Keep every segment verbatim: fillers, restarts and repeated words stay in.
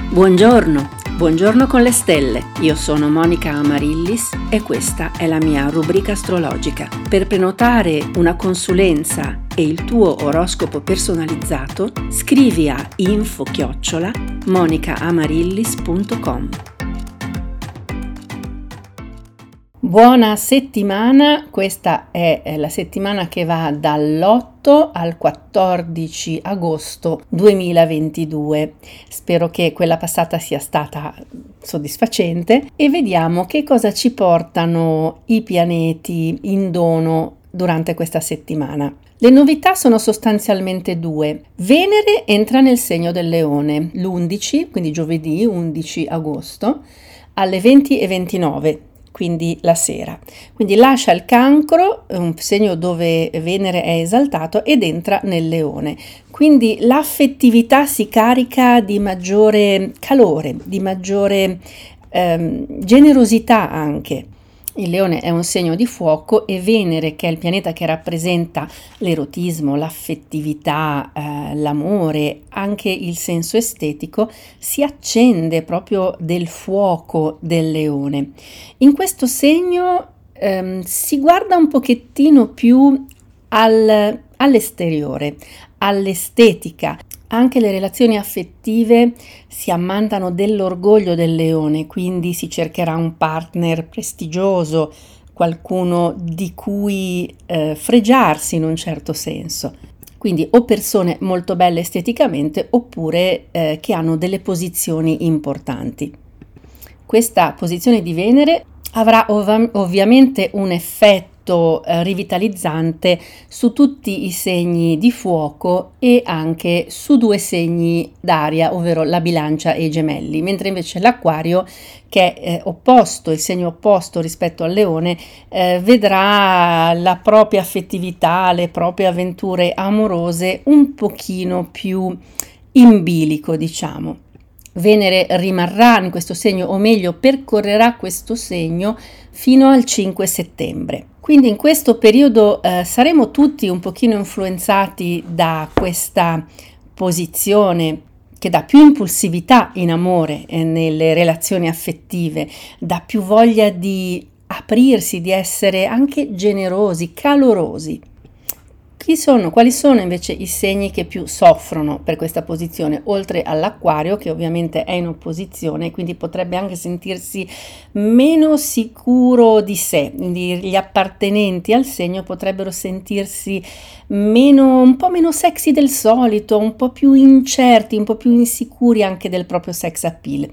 Buongiorno, buongiorno con le stelle. Io sono Monica Amarillis e questa è la mia rubrica astrologica. Per prenotare una consulenza e il tuo oroscopo personalizzato, scrivi a info chiocciola monicamarillis punto com. Buona settimana, questa è la settimana che va dall'otto al quattordici agosto duemilaventidue. Spero che quella passata sia stata soddisfacente e vediamo che cosa ci portano i pianeti in dono durante questa settimana. Le novità sono sostanzialmente due. Venere entra nel segno del Leone l'undici, quindi giovedì undici agosto, alle venti e ventinove. Quindi la sera. Quindi lascia il Cancro, un segno dove Venere è esaltato, ed entra nel Leone. Quindi l'affettività si carica di maggiore calore, di maggiore ehm, generosità anche. Il Leone è un segno di fuoco e Venere, che è il pianeta che rappresenta l'erotismo, l'affettività, eh, l'amore, anche il senso estetico, si accende proprio del fuoco del Leone. In questo segno ehm, si guarda un pochettino più al, all'esteriore, all'estetica. Anche le relazioni affettive si ammantano dell'orgoglio del Leone, quindi si cercherà un partner prestigioso, qualcuno di cui eh, fregiarsi in un certo senso. Quindi o persone molto belle esteticamente oppure eh, che hanno delle posizioni importanti. Questa posizione di Venere avrà ov- ovviamente un effetto rivitalizzante su tutti i segni di fuoco e anche su due segni d'aria, ovvero la Bilancia e i Gemelli, mentre invece l'Acquario, che è eh, opposto, il segno opposto rispetto al Leone, eh, vedrà la propria affettività, le proprie avventure amorose un pochino più in bilico, diciamo. Venere rimarrà in questo segno, o meglio percorrerà questo segno fino al cinque settembre. Quindi in questo periodo eh, saremo tutti un pochino influenzati da questa posizione che dà più impulsività in amore e nelle relazioni affettive, dà più voglia di aprirsi, di essere anche generosi, calorosi. Chi sono, quali sono invece i segni che più soffrono per questa posizione? Oltre all'Acquario, che ovviamente è in opposizione, quindi potrebbe anche sentirsi meno sicuro di sé, quindi gli appartenenti al segno potrebbero sentirsi meno, un po' meno sexy del solito, un po' più incerti, un po' più insicuri anche del proprio sex appeal.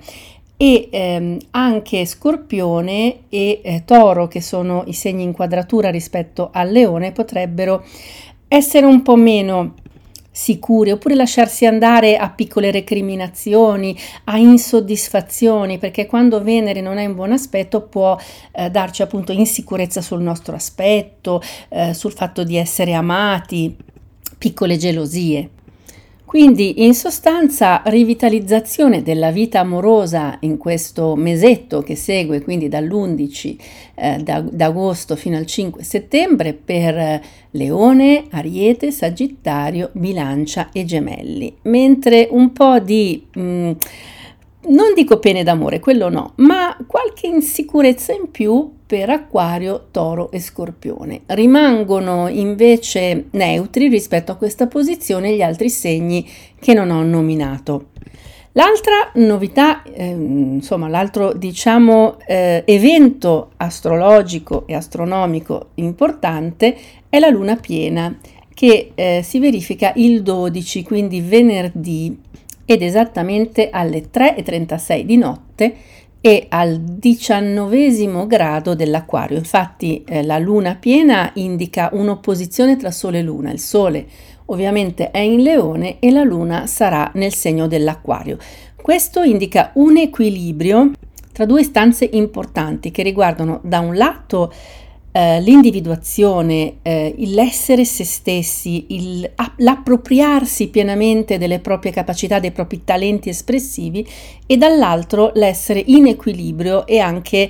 E ehm, anche Scorpione e eh, Toro, che sono i segni in quadratura rispetto al Leone, potrebbero essere un po' meno sicuri, oppure lasciarsi andare a piccole recriminazioni, a insoddisfazioni, perché quando Venere non è in buon aspetto può eh, darci appunto insicurezza sul nostro aspetto, eh, sul fatto di essere amati, piccole gelosie. Quindi in sostanza rivitalizzazione della vita amorosa in questo mesetto che segue, quindi dall'undici eh, d'agosto fino al cinque settembre per Leone, Ariete, Sagittario, Bilancia e Gemelli, mentre un po' di mh, non dico pene d'amore, quello no, ma qualche insicurezza in più per Acquario, Toro e Scorpione. Rimangono invece neutri rispetto a questa posizione gli altri segni che non ho nominato. L'altra novità, eh, insomma l'altro diciamo eh, evento astrologico e astronomico importante è la luna piena che eh, si verifica il dodici, quindi venerdì, ed esattamente alle tre e trentasei di notte e al diciannovesimo grado dell'Acquario. Infatti eh, la luna piena indica un'opposizione tra Sole e Luna. Il Sole ovviamente è in Leone e la Luna sarà nel segno dell'Acquario. Questo indica un equilibrio tra due istanze importanti che riguardano da un lato eh, l'individuazione, eh, l'essere se stessi, il, l'appropriarsi pienamente delle proprie capacità, dei propri talenti espressivi, e dall'altro l'essere in equilibrio e anche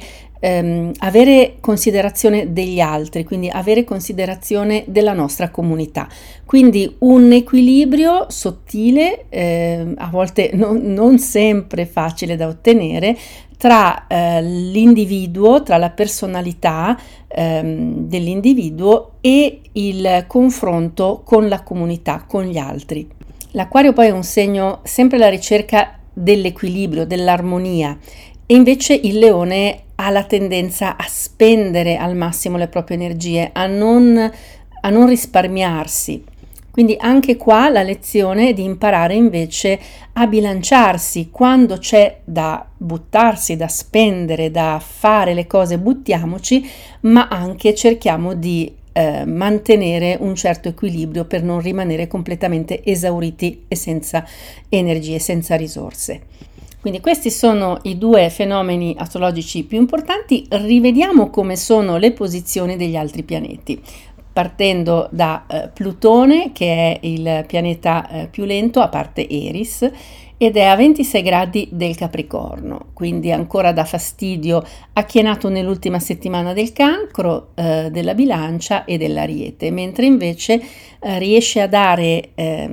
ehm, avere considerazione degli altri, quindi avere considerazione della nostra comunità. Quindi un equilibrio sottile, eh, a volte non, non sempre facile da ottenere, tra eh, l'individuo, tra la personalità ehm, dell'individuo e il confronto con la comunità, con gli altri. L'Acquario poi è un segno sempre alla ricerca dell'equilibrio, dell'armonia, e invece il Leone ha la tendenza a spendere al massimo le proprie energie, a non, a non risparmiarsi. Quindi anche qua la lezione è di imparare invece a bilanciarsi. Quando c'è da buttarsi, da spendere, da fare le cose, buttiamoci, ma anche cerchiamo di eh, mantenere un certo equilibrio per non rimanere completamente esauriti e senza energie, senza risorse. Quindi questi sono i due fenomeni astrologici più importanti. Rivediamo come sono le posizioni degli altri pianeti. Partendo da eh, Plutone, che è il pianeta eh, più lento, a parte Eris, ed è a ventisei gradi del Capricorno, quindi ancora dà fastidio a chi è nato nell'ultima settimana del Cancro, eh, della Bilancia e dell'Ariete, mentre invece eh, riesce a dare eh,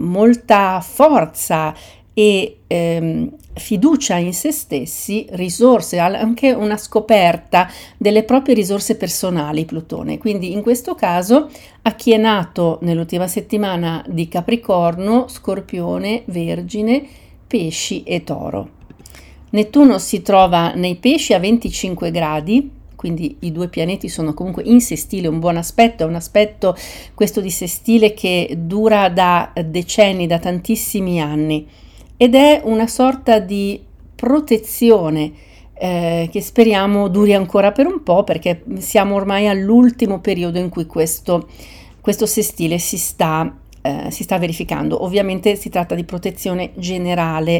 molta forza e ehm, fiducia in se stessi, risorse, anche una scoperta delle proprie risorse personali Plutone. Quindi in questo caso a chi è nato nell'ultima settimana di Capricorno, Scorpione, Vergine, Pesci e Toro. Nettuno si trova nei Pesci a venticinque gradi, quindi i due pianeti sono comunque in sestile, un buon aspetto, è un aspetto questo di sestile che dura da decenni, da tantissimi anni. Ed è una sorta di protezione eh, che speriamo duri ancora per un po', perché siamo ormai all'ultimo periodo in cui questo, questo sestile si sta, eh, si sta verificando. Ovviamente si tratta di protezione generale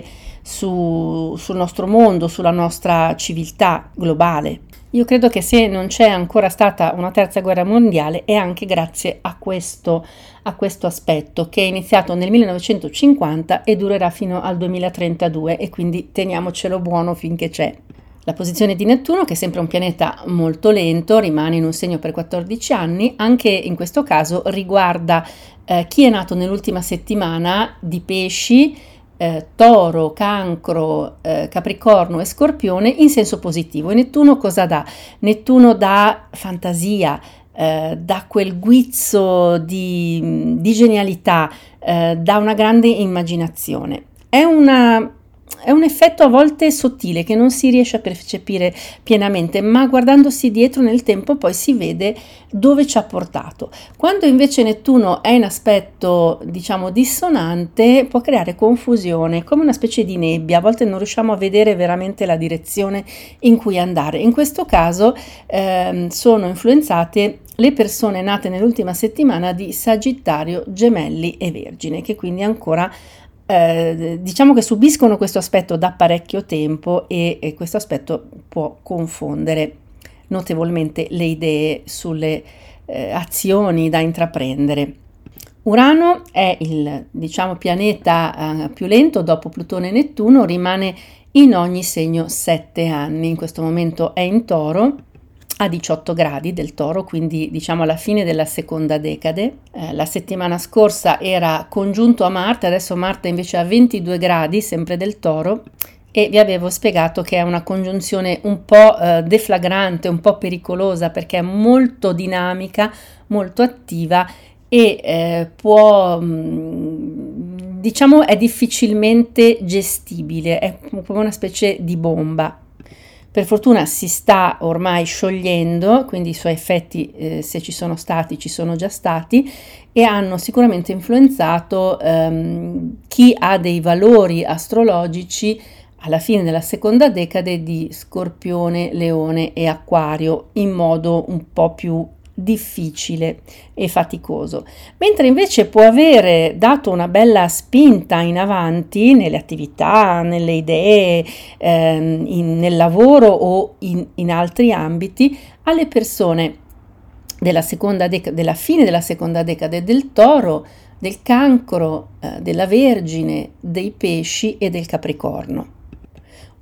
su, sul nostro mondo, sulla nostra civiltà globale. Io credo che se non c'è ancora stata una terza guerra mondiale è anche grazie a questo, a questo aspetto, che è iniziato nel millenovecentocinquanta e durerà fino al duemilatrentadue, e quindi teniamocelo buono finché c'è. La posizione di Nettuno, che è sempre un pianeta molto lento, rimane in un segno per quattordici anni, anche in questo caso riguarda eh, chi è nato nell'ultima settimana di Pesci, Eh, Toro, Cancro, eh, Capricorno e Scorpione in senso positivo. E Nettuno cosa dà? Nettuno dà fantasia, eh, dà quel guizzo di, di genialità, eh, dà una grande immaginazione. È una È un effetto a volte sottile che non si riesce a percepire pienamente, ma guardandosi dietro nel tempo poi si vede dove ci ha portato. Quando invece Nettuno è in aspetto, diciamo, dissonante, può creare confusione, come una specie di nebbia, a volte non riusciamo a vedere veramente la direzione in cui andare. In questo caso ehm, sono influenzate le persone nate nell'ultima settimana di Sagittario, Gemelli e Vergine, che quindi ancora Eh, diciamo che subiscono questo aspetto da parecchio tempo, e, e questo aspetto può confondere notevolmente le idee sulle eh, azioni da intraprendere. Urano è il, diciamo, pianeta eh, più lento dopo Plutone e Nettuno, rimane in ogni segno sette anni, in questo momento è in Toro a diciotto gradi del Toro, quindi diciamo alla fine della seconda decade. Eh, la settimana scorsa era congiunto a Marte, adesso Marte invece a ventidue gradi, sempre del Toro, e vi avevo spiegato che è una congiunzione un po' eh, deflagrante, un po' pericolosa, perché è molto dinamica, molto attiva e eh, può, mh, diciamo, è difficilmente gestibile, è come una specie di bomba. Per fortuna si sta ormai sciogliendo, quindi i suoi effetti, eh, se ci sono stati, ci sono già stati, e hanno sicuramente influenzato ehm, chi ha dei valori astrologici alla fine della seconda decade di Scorpione, Leone e Acquario in modo un po' più difficile e faticoso, mentre invece può avere dato una bella spinta in avanti nelle attività, nelle idee, ehm, in, nel lavoro o in, in altri ambiti alle persone della, seconda deca- della fine della seconda decade del Toro, del Cancro, eh, della Vergine, dei Pesci e del Capricorno.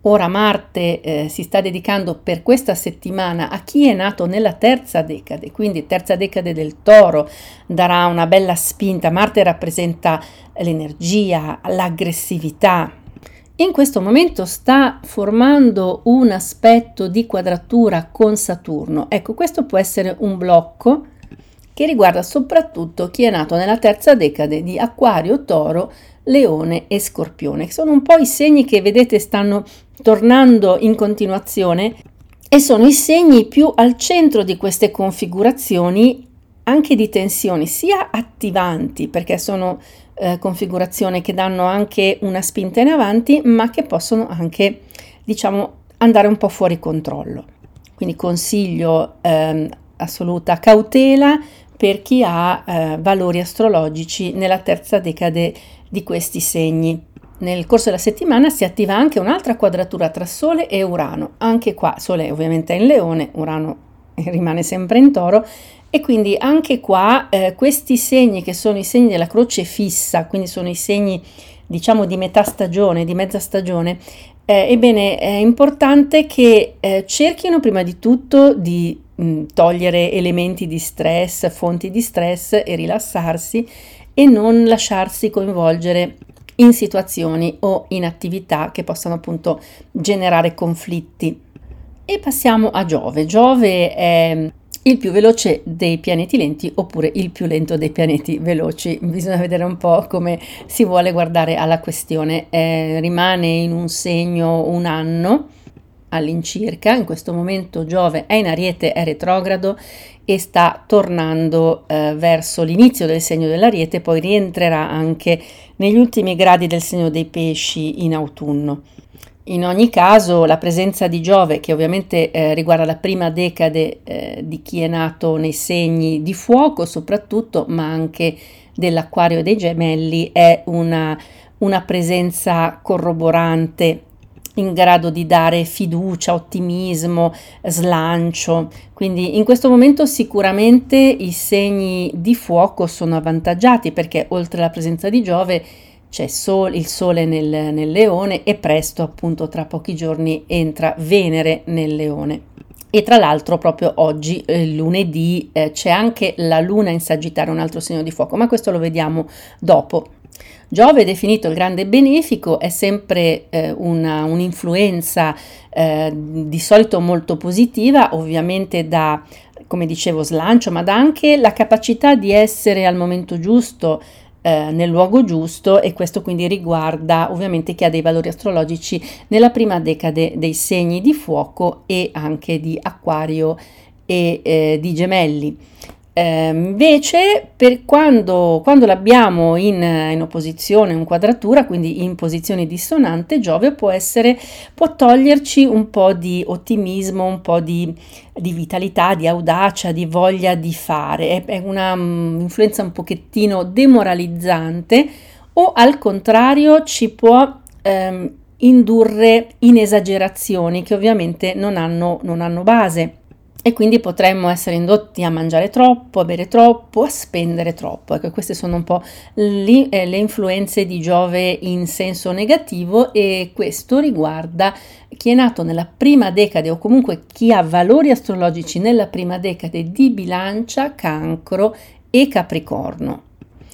Ora Marte eh, si sta dedicando per questa settimana a chi è nato nella terza decade, quindi terza decade del Toro, darà una bella spinta. Marte rappresenta l'energia, l'aggressività. In questo momento sta formando un aspetto di quadratura con Saturno. Ecco, questo può essere un blocco che riguarda soprattutto chi è nato nella terza decade di Acquario, Toro, Leone e Scorpione, che sono un po' i segni che vedete stanno tornando in continuazione e sono i segni più al centro di queste configurazioni anche di tensioni, sia attivanti, perché sono eh, configurazioni che danno anche una spinta in avanti, ma che possono anche, diciamo, andare un po' fuori controllo. Quindi consiglio eh, assoluta cautela per chi ha eh, valori astrologici nella terza decade di questi segni. Nel corso della settimana si attiva anche un'altra quadratura tra Sole e Urano. Anche qua Sole ovviamente è in Leone, Urano rimane sempre in Toro, e quindi anche qua eh, questi segni, che sono i segni della croce fissa, quindi sono i segni, diciamo, di metà stagione, di mezza stagione, eh, ebbene è importante che eh, cerchino prima di tutto di mh, togliere elementi di stress, fonti di stress, e rilassarsi e non lasciarsi coinvolgere in situazioni o in attività che possano appunto generare conflitti. E passiamo a Giove. Giove è il più veloce dei pianeti lenti oppure il più lento dei pianeti veloci. Bisogna vedere un po' come si vuole guardare alla questione. Eh, rimane in un segno un anno all'incirca. In questo momento Giove è in Ariete, è retrogrado e sta tornando eh, verso l'inizio del segno dell'Ariete, poi rientrerà anche negli ultimi gradi del segno dei Pesci in autunno. In ogni caso la presenza di Giove, che ovviamente eh, riguarda la prima decade eh, di chi è nato nei segni di fuoco soprattutto, ma anche dell'Acquario e dei Gemelli, è una, una presenza corroborante, in grado di dare fiducia, ottimismo, slancio. Quindi in questo momento sicuramente i segni di fuoco sono avvantaggiati, perché oltre alla presenza di Giove c'è sol, il Sole nel, nel Leone, e presto, appunto tra pochi giorni, entra Venere nel Leone. E tra l'altro proprio oggi, eh, lunedì, eh, c'è anche la Luna in Sagittario, un altro segno di fuoco, ma questo lo vediamo dopo. Giove, definito il grande benefico, è sempre eh, una, un'influenza eh, di solito molto positiva, ovviamente da, come dicevo, slancio, ma dà anche la capacità di essere al momento giusto, eh, nel luogo giusto, e questo quindi riguarda ovviamente chi ha dei valori astrologici nella prima decade dei segni di fuoco e anche di Acquario e eh, di Gemelli. Eh, invece per quando, quando l'abbiamo in, in opposizione, in quadratura, quindi in posizione dissonante, Giove può essere, può toglierci un po' di ottimismo, un po' di, di vitalità, di audacia, di voglia di fare. È, è una um, influenza un pochettino demoralizzante, o al contrario ci può ehm, indurre in esagerazioni che ovviamente non hanno, non hanno base. E quindi potremmo essere indotti a mangiare troppo, a bere troppo, a spendere troppo. Ecco, queste sono un po' li, eh, le influenze di Giove in senso negativo, e questo riguarda chi è nato nella prima decade, o comunque chi ha valori astrologici nella prima decade di Bilancia, Cancro e Capricorno.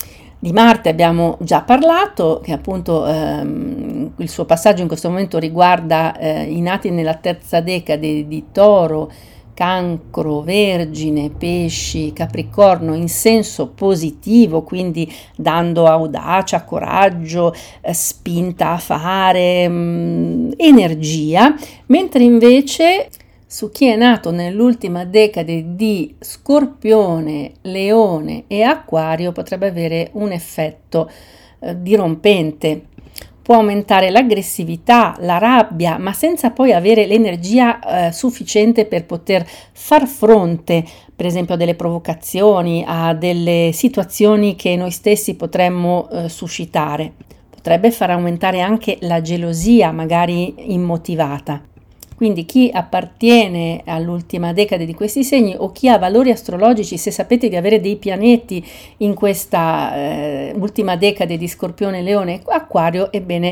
Di Marte abbiamo già parlato, che appunto ehm, il suo passaggio in questo momento riguarda eh, i nati nella terza decade di Toro, Cancro, Vergine, Pesci, Capricorno in senso positivo, quindi dando audacia, coraggio, eh, spinta a fare, mh, energia, mentre invece su chi è nato nell'ultima decade di Scorpione, Leone e Acquario potrebbe avere un effetto eh, dirompente. Può aumentare l'aggressività, la rabbia, ma senza poi avere l'energia eh, sufficiente per poter far fronte, per esempio, a delle provocazioni, a delle situazioni che noi stessi potremmo eh, suscitare. Potrebbe far aumentare anche la gelosia, magari immotivata. Quindi chi appartiene all'ultima decade di questi segni, o chi ha valori astrologici, se sapete di avere dei pianeti in questa eh, ultima decade di Scorpione, Leone e Acquario, ebbene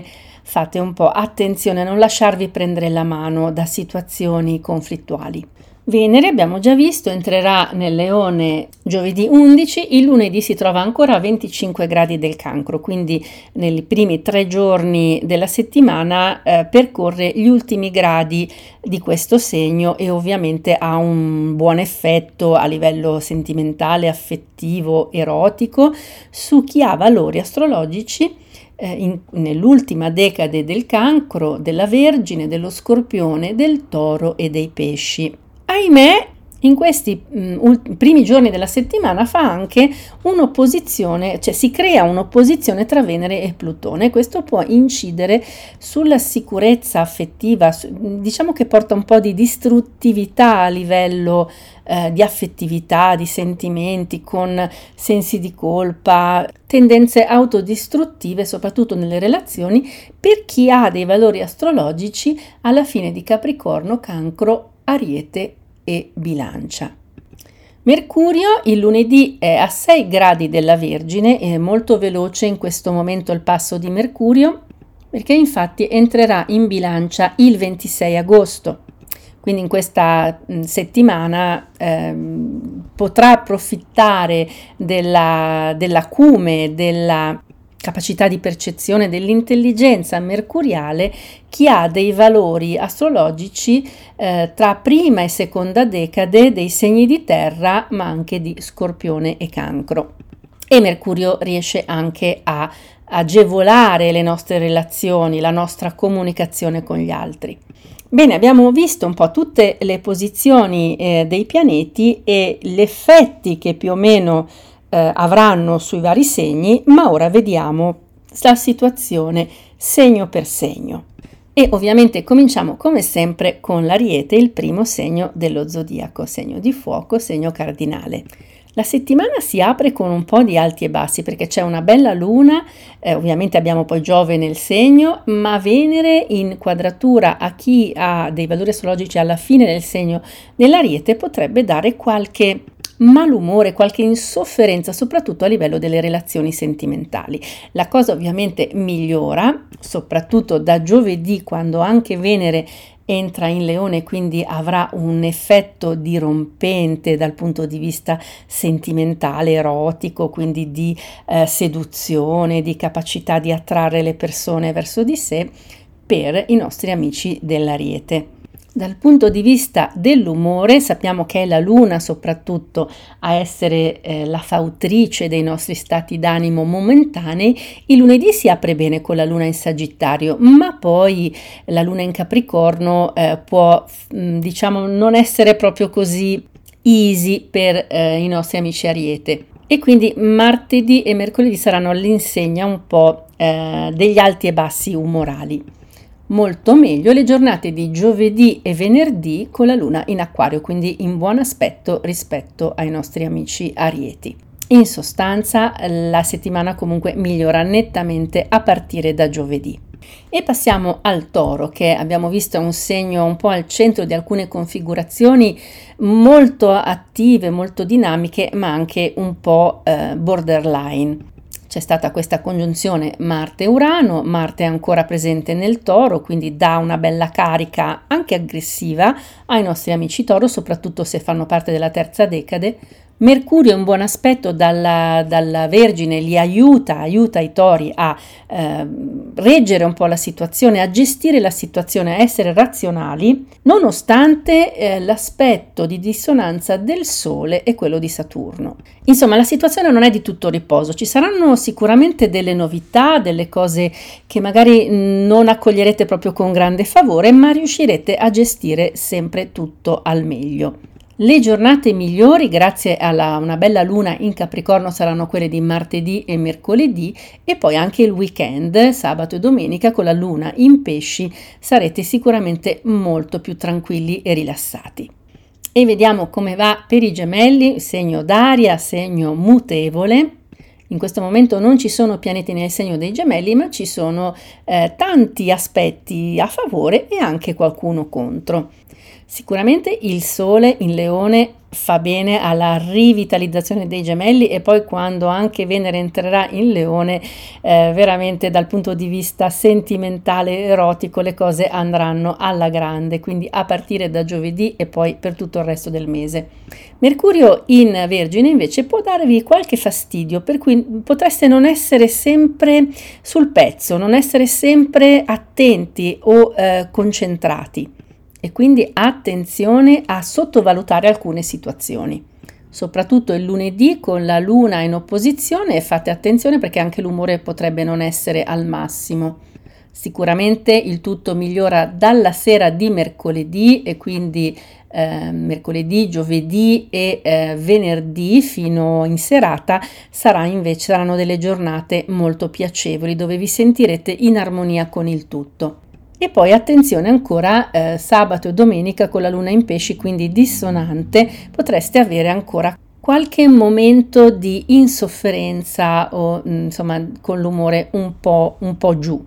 fate un po' attenzione a non lasciarvi prendere la mano da situazioni conflittuali. Venere, abbiamo già visto, entrerà nel Leone giovedì undici, il lunedì si trova ancora a venticinque gradi del Cancro, quindi nei primi tre giorni della settimana eh, percorre gli ultimi gradi di questo segno e ovviamente ha un buon effetto a livello sentimentale, affettivo, erotico su chi ha valori astrologici eh, in, nell'ultima decade del Cancro, della Vergine, dello Scorpione, del Toro e dei Pesci. Ahimè, in questi mh, ult- primi giorni della settimana fa anche un'opposizione, cioè si crea un'opposizione tra Venere e Plutone. Questo può incidere sulla sicurezza affettiva, su, diciamo che porta un po' di distruttività a livello eh, di affettività, di sentimenti, con sensi di colpa, tendenze autodistruttive, soprattutto nelle relazioni, per chi ha dei valori astrologici alla fine di Capricorno, Cancro, Ariete e Bilancia. Mercurio il lunedì è a sei gradi della Vergine, è molto veloce in questo momento il passo di Mercurio, perché infatti entrerà in Bilancia il ventisei agosto. Quindi in questa settimana eh, potrà approfittare della, dell'acume, della capacità di percezione, dell'intelligenza mercuriale chi ha dei valori astrologici eh, tra prima e seconda decade dei segni di terra, ma anche di Scorpione e Cancro. E Mercurio riesce anche a agevolare le nostre relazioni, la nostra comunicazione con gli altri. Bene, abbiamo visto un po' tutte le posizioni eh, dei pianeti e gli effetti che più o meno eh, avranno sui vari segni, ma ora vediamo la situazione segno per segno. E ovviamente cominciamo come sempre con l'Ariete, il primo segno dello zodiaco, segno di fuoco, segno cardinale. La settimana si apre con un po' di alti e bassi perché c'è una bella luna, eh, ovviamente abbiamo poi Giove nel segno, ma Venere in quadratura a chi ha dei valori astrologici alla fine del segno dell'Ariete potrebbe dare qualche malumore, qualche insofferenza, soprattutto a livello delle relazioni sentimentali. La cosa ovviamente migliora, soprattutto da giovedì, quando anche Venere entra in Leone, quindi avrà un effetto dirompente dal punto di vista sentimentale, erotico, quindi di eh, seduzione, di capacità di attrarre le persone verso di sé per i nostri amici dell'Ariete. Dal punto di vista dell'umore, sappiamo che è la Luna soprattutto a essere eh, la fautrice dei nostri stati d'animo momentanei. Il lunedì si apre bene con la Luna in Sagittario, ma poi la Luna in Capricorno eh, può, mh, diciamo, non essere proprio così easy per eh, i nostri amici Ariete. E quindi martedì e mercoledì saranno all'insegna un po' eh, degli alti e bassi umorali. Molto meglio le giornate di giovedì e venerdì con la luna in Acquario, quindi in buon aspetto rispetto ai nostri amici Arieti. In sostanza la settimana comunque migliora nettamente a partire da giovedì. E passiamo al Toro, che abbiamo visto è un segno un po' al centro di alcune configurazioni molto attive, molto dinamiche, ma anche un po' eh, borderline. C'è stata questa congiunzione Marte-Urano, Marte è ancora presente nel Toro, quindi dà una bella carica anche aggressiva ai nostri amici Toro, soprattutto se fanno parte della terza decade. Mercurio in buon aspetto dalla, dalla Vergine li aiuta, aiuta i Tori a eh, reggere un po' la situazione, a gestire la situazione, a essere razionali, nonostante eh, l'aspetto di dissonanza del Sole e quello di Saturno. Insomma, la situazione non è di tutto riposo, ci saranno sicuramente delle novità, delle cose che magari non accoglierete proprio con grande favore, ma riuscirete a gestire sempre tutto al meglio. Le giornate migliori, grazie a una bella luna in Capricorno, saranno quelle di martedì e mercoledì, e poi anche il weekend, sabato e domenica, con la luna in Pesci sarete sicuramente molto più tranquilli e rilassati. E vediamo come va per i Gemelli, segno d'aria, segno mutevole. In questo momento non ci sono pianeti nel segno dei Gemelli, ma ci sono eh, tanti aspetti a favore e anche qualcuno contro. Sicuramente il Sole in Leone fa bene alla rivitalizzazione dei gemelli, e poi quando anche Venere entrerà in Leone, eh, veramente dal punto di vista sentimentale, erotico, le cose andranno alla grande, quindi a partire da giovedì e poi per tutto il resto del mese. Mercurio in Vergine invece può darvi qualche fastidio, per cui potreste non essere sempre sul pezzo, non essere sempre attenti o eh, concentrati. E quindi attenzione a sottovalutare alcune situazioni, soprattutto il lunedì con la luna in opposizione, fate attenzione perché anche l'umore potrebbe non essere al massimo. Sicuramente il tutto migliora dalla sera di mercoledì, e quindi eh, mercoledì, giovedì e eh, venerdì fino in serata sarà invece, saranno delle giornate molto piacevoli dove vi sentirete in armonia con il tutto. E poi attenzione ancora eh, sabato e domenica con la luna in pesci, quindi dissonante, potreste avere ancora qualche momento di insofferenza o insomma con l'umore un po', un po' giù.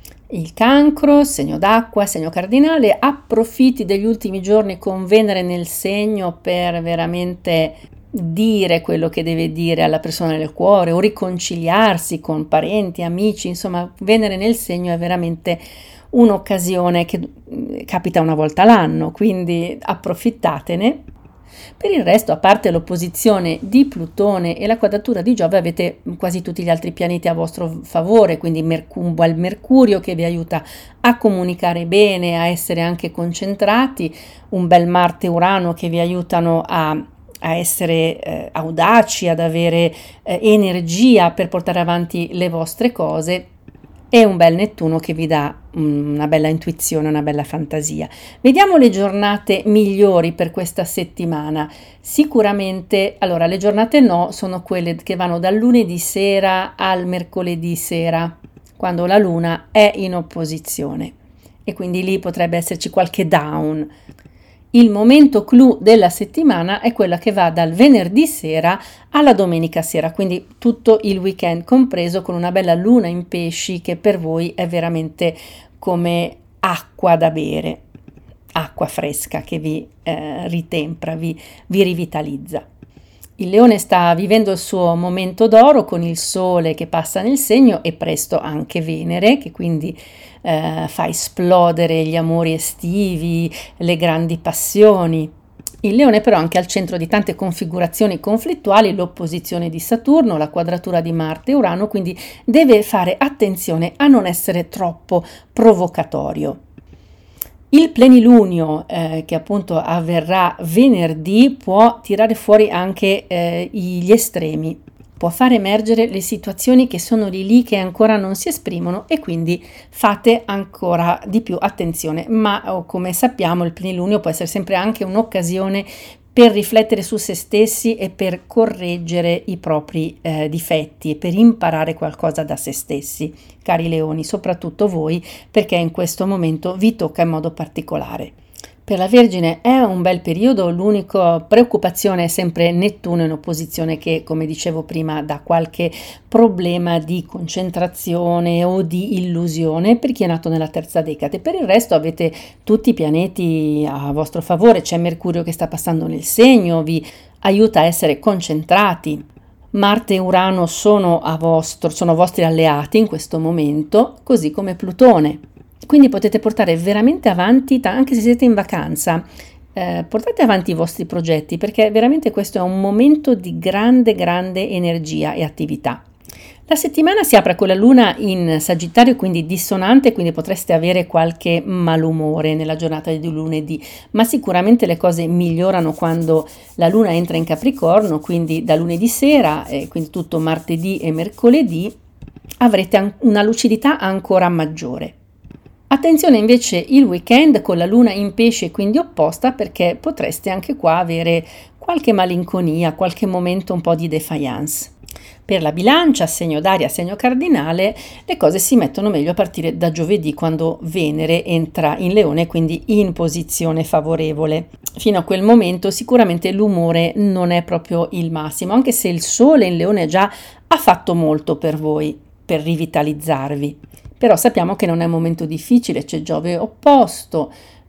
Il Cancro, segno d'acqua, segno cardinale, approfitti degli ultimi giorni con Venere nel segno per veramente dire quello che deve dire alla persona del cuore o riconciliarsi con parenti, amici, insomma Venere nel segno è veramente un'occasione che capita una volta l'anno, quindi approfittatene. Per il resto, a parte l'opposizione di Plutone e la quadratura di Giove, avete quasi tutti gli altri pianeti a vostro favore, quindi un buon Mercurio che vi aiuta a comunicare bene, a essere anche concentrati, un bel Marte e Urano che vi aiutano a a essere eh, audaci, ad avere eh, energia per portare avanti le vostre cose, e un bel Nettuno che vi dà una bella intuizione, una bella fantasia. Vediamo le giornate migliori per questa settimana. Sicuramente, allora, le giornate no sono quelle che vanno dal lunedì sera al mercoledì sera, quando la luna è in opposizione, e quindi lì potrebbe esserci qualche down. Il momento clou della settimana è quella che va dal venerdì sera alla domenica sera, quindi tutto il weekend compreso, con una bella luna in pesci che per voi è veramente come acqua da bere, acqua fresca che vi eh, ritempra, vi, vi rivitalizza. Il Leone sta vivendo il suo momento d'oro con il Sole che passa nel segno e presto anche Venere, che quindi eh, fa esplodere gli amori estivi, le grandi passioni. Il Leone però è anche al centro di tante configurazioni conflittuali, l'opposizione di Saturno, la quadratura di Marte e Urano, quindi deve fare attenzione a non essere troppo provocatorio. Il plenilunio eh, che appunto avverrà venerdì può tirare fuori anche eh, gli estremi, può far emergere le situazioni che sono lì lì che ancora non si esprimono, e quindi fate ancora di più attenzione, ma oh, come sappiamo il plenilunio può essere sempre anche un'occasione per riflettere su se stessi e per correggere i propri eh, difetti e per imparare qualcosa da se stessi, cari leoni, soprattutto voi, perché in questo momento vi tocca in modo particolare. Per la Vergine è un bel periodo, l'unica preoccupazione è sempre Nettuno in opposizione che, come dicevo prima, dà qualche problema di concentrazione o di illusione per chi è nato nella terza decade. Per il resto avete tutti i pianeti a vostro favore, c'è Mercurio che sta passando nel segno, vi aiuta a essere concentrati. Marte e Urano sono, a vostro, sono vostri alleati in questo momento, così come Plutone. Quindi potete portare veramente avanti, anche se siete in vacanza, eh, portate avanti i vostri progetti, perché veramente questo è un momento di grande, grande energia e attività. La settimana si apre con la luna in Sagittario, quindi dissonante, quindi potreste avere qualche malumore nella giornata di lunedì, ma sicuramente le cose migliorano quando la luna entra in Capricorno, quindi da lunedì sera, eh, quindi tutto martedì e mercoledì, avrete una lucidità ancora maggiore. Attenzione invece il weekend con la luna in pesce e quindi opposta, perché potreste anche qua avere qualche malinconia, qualche momento un po' di defiance. Per la bilancia, segno d'aria, segno cardinale, le cose si mettono meglio a partire da giovedì, quando Venere entra in Leone, quindi in posizione favorevole. Fino a quel momento sicuramente l'umore non è proprio il massimo, anche se il Sole in Leone già ha fatto molto per voi, per rivitalizzarvi. Però sappiamo che non è un momento difficile, c'è Giove opposto,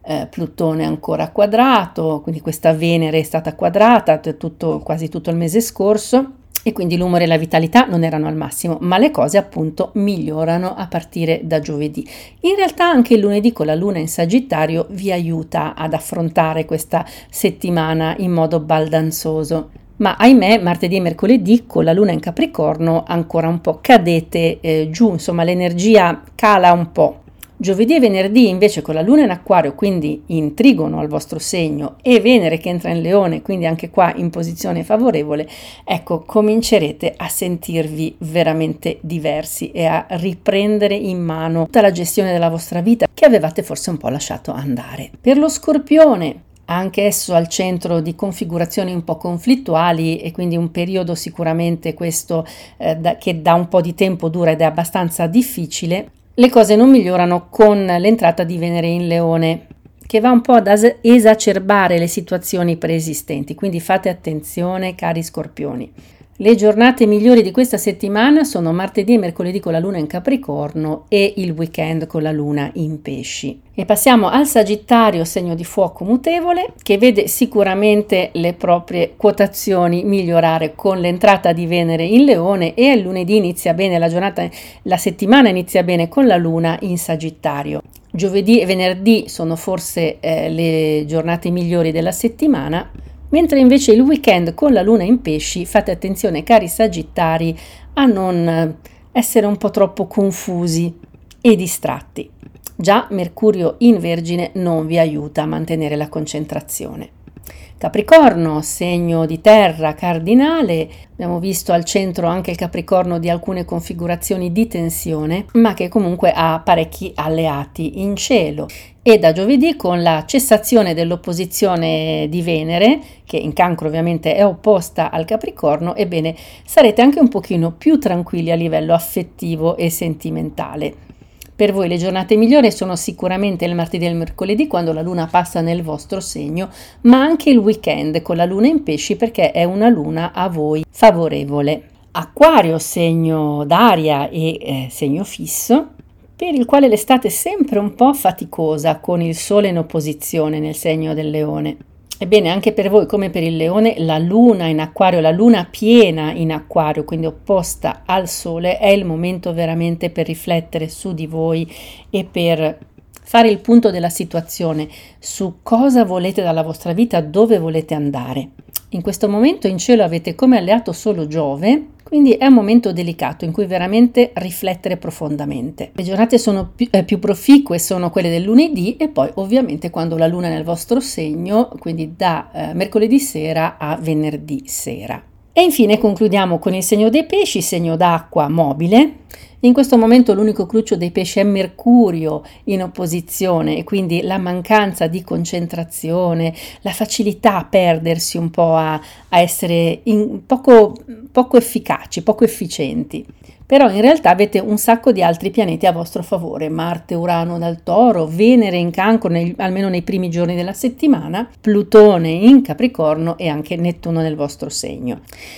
eh, Plutone ancora quadrato, quindi questa Venere è stata quadrata tutto, quasi tutto il mese scorso, e quindi l'umore e la vitalità non erano al massimo, ma le cose appunto migliorano a partire da giovedì. In realtà anche il lunedì con la luna in Sagittario vi aiuta ad affrontare questa settimana in modo baldanzoso. Ma ahimè, martedì e mercoledì con la luna in Capricorno ancora un po' cadete eh, giù, insomma l'energia cala un po'. Giovedì e venerdì invece con la luna in Acquario, quindi in trigono al vostro segno, e Venere che entra in Leone, quindi anche qua in posizione favorevole, ecco, comincerete a sentirvi veramente diversi e a riprendere in mano tutta la gestione della vostra vita che avevate forse un po' lasciato andare. Per lo Scorpione, anche esso al centro di configurazioni un po' conflittuali, e quindi un periodo sicuramente questo eh, da, che da un po' di tempo dura ed è abbastanza difficile. Le cose non migliorano con l'entrata di Venere in Leone, che va un po' ad as- esacerbare le situazioni preesistenti, quindi fate attenzione, cari Scorpioni. Le giornate migliori di questa settimana sono martedì e mercoledì con la luna in Capricorno e il weekend con la luna in Pesci. E passiamo al Sagittario, segno di fuoco mutevole, che vede sicuramente le proprie quotazioni migliorare con l'entrata di Venere in Leone, e il lunedì inizia bene la giornata, la settimana inizia bene con la luna in Sagittario. Giovedì e venerdì sono forse eh, le giornate migliori della settimana, mentre invece il weekend con la luna in Pesci, fate attenzione cari Sagittari a non essere un po' troppo confusi e distratti. Già Mercurio in Vergine non vi aiuta a mantenere la concentrazione. Capricorno, segno di terra cardinale, abbiamo visto al centro anche il Capricorno di alcune configurazioni di tensione, ma che comunque ha parecchi alleati in cielo. E da giovedì con la cessazione dell'opposizione di Venere, che in Cancro ovviamente è opposta al Capricorno, ebbene sarete anche un pochino più tranquilli a livello affettivo e sentimentale. Per voi le giornate migliori sono sicuramente il martedì e il mercoledì, quando la luna passa nel vostro segno, ma anche il weekend con la luna in Pesci, perché è una luna a voi favorevole. Acquario, segno d'aria e eh, segno fisso, per il quale l'estate è sempre un po' faticosa con il sole in opposizione nel segno del Leone. Ebbene, anche per voi come per il Leone, la luna in Acquario, la luna piena in Acquario, quindi opposta al sole, è il momento veramente per riflettere su di voi e per fare il punto della situazione, su cosa volete dalla vostra vita, dove volete andare. In questo momento in cielo avete come alleato solo Giove, quindi è un momento delicato in cui veramente riflettere profondamente. Le giornate sono più, eh, più proficue sono quelle del lunedì, e poi ovviamente quando la luna è nel vostro segno, quindi da eh, mercoledì sera a venerdì sera. E infine concludiamo con il segno dei pesci, segno d'acqua mobile. In questo momento l'unico cruccio dei pesci è Mercurio in opposizione, e quindi la mancanza di concentrazione, la facilità a perdersi un po', a, a essere in poco, poco efficaci, poco efficienti. Però in realtà avete un sacco di altri pianeti a vostro favore: Marte, Urano dal Toro, Venere in Cancro nei, almeno nei primi giorni della settimana, Plutone in Capricorno e anche Nettuno nel vostro segno.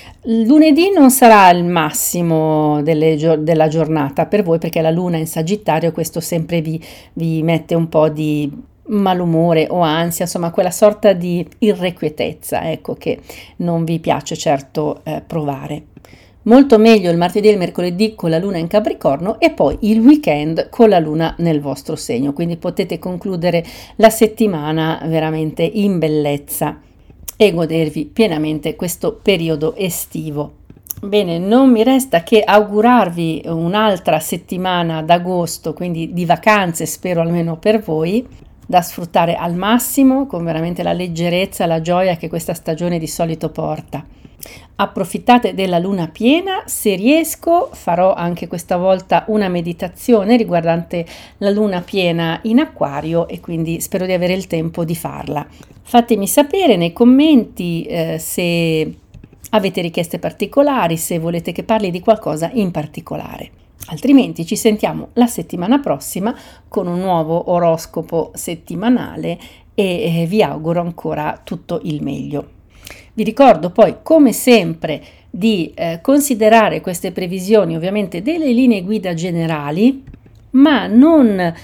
Lunedì non sarà il massimo delle, della giornata per voi, perché la luna in Sagittario, questo sempre vi, vi mette un po' di malumore o ansia, insomma quella sorta di irrequietezza, ecco, che non vi piace certo eh, provare. Molto meglio il martedì e il mercoledì con la luna in Capricorno, e poi il weekend con la luna nel vostro segno, quindi potete concludere la settimana veramente in bellezza e godervi pienamente questo periodo estivo. Bene, non mi resta che augurarvi un'altra settimana d'agosto, quindi di vacanze, spero almeno per voi, da sfruttare al massimo con veramente la leggerezza e la gioia che questa stagione di solito porta. Approfittate della luna piena, se riesco farò anche questa volta una meditazione riguardante la luna piena in Acquario, e quindi spero di avere il tempo di farla. Fatemi sapere nei commenti eh, se avete richieste particolari, se volete che parli di qualcosa in particolare. Altrimenti ci sentiamo la settimana prossima con un nuovo oroscopo settimanale, e eh, vi auguro ancora tutto il meglio. Vi ricordo poi, come sempre, di eh, considerare queste previsioni ovviamente delle linee guida generali, ma non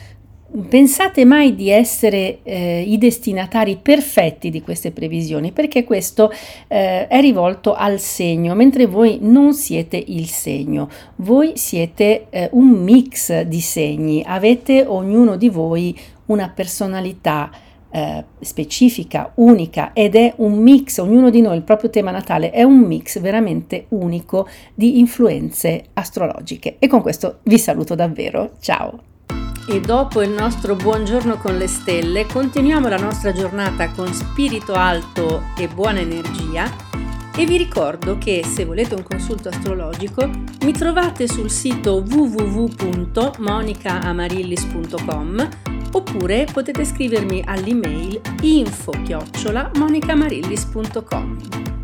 pensate mai di essere eh, i destinatari perfetti di queste previsioni, perché questo eh, è rivolto al segno, mentre voi non siete il segno, voi siete eh, un mix di segni, avete ognuno di voi una personalità eh, specifica, unica, ed è un mix, ognuno di noi, il proprio tema natale è un mix veramente unico di influenze astrologiche. E con questo vi saluto davvero, ciao! E dopo il nostro buongiorno con le stelle, continuiamo la nostra giornata con spirito alto e buona energia e vi ricordo che se volete un consulto astrologico mi trovate sul sito w w w punto monica amarillis punto com oppure potete scrivermi all'email info chiocciola monica amarillis punto com.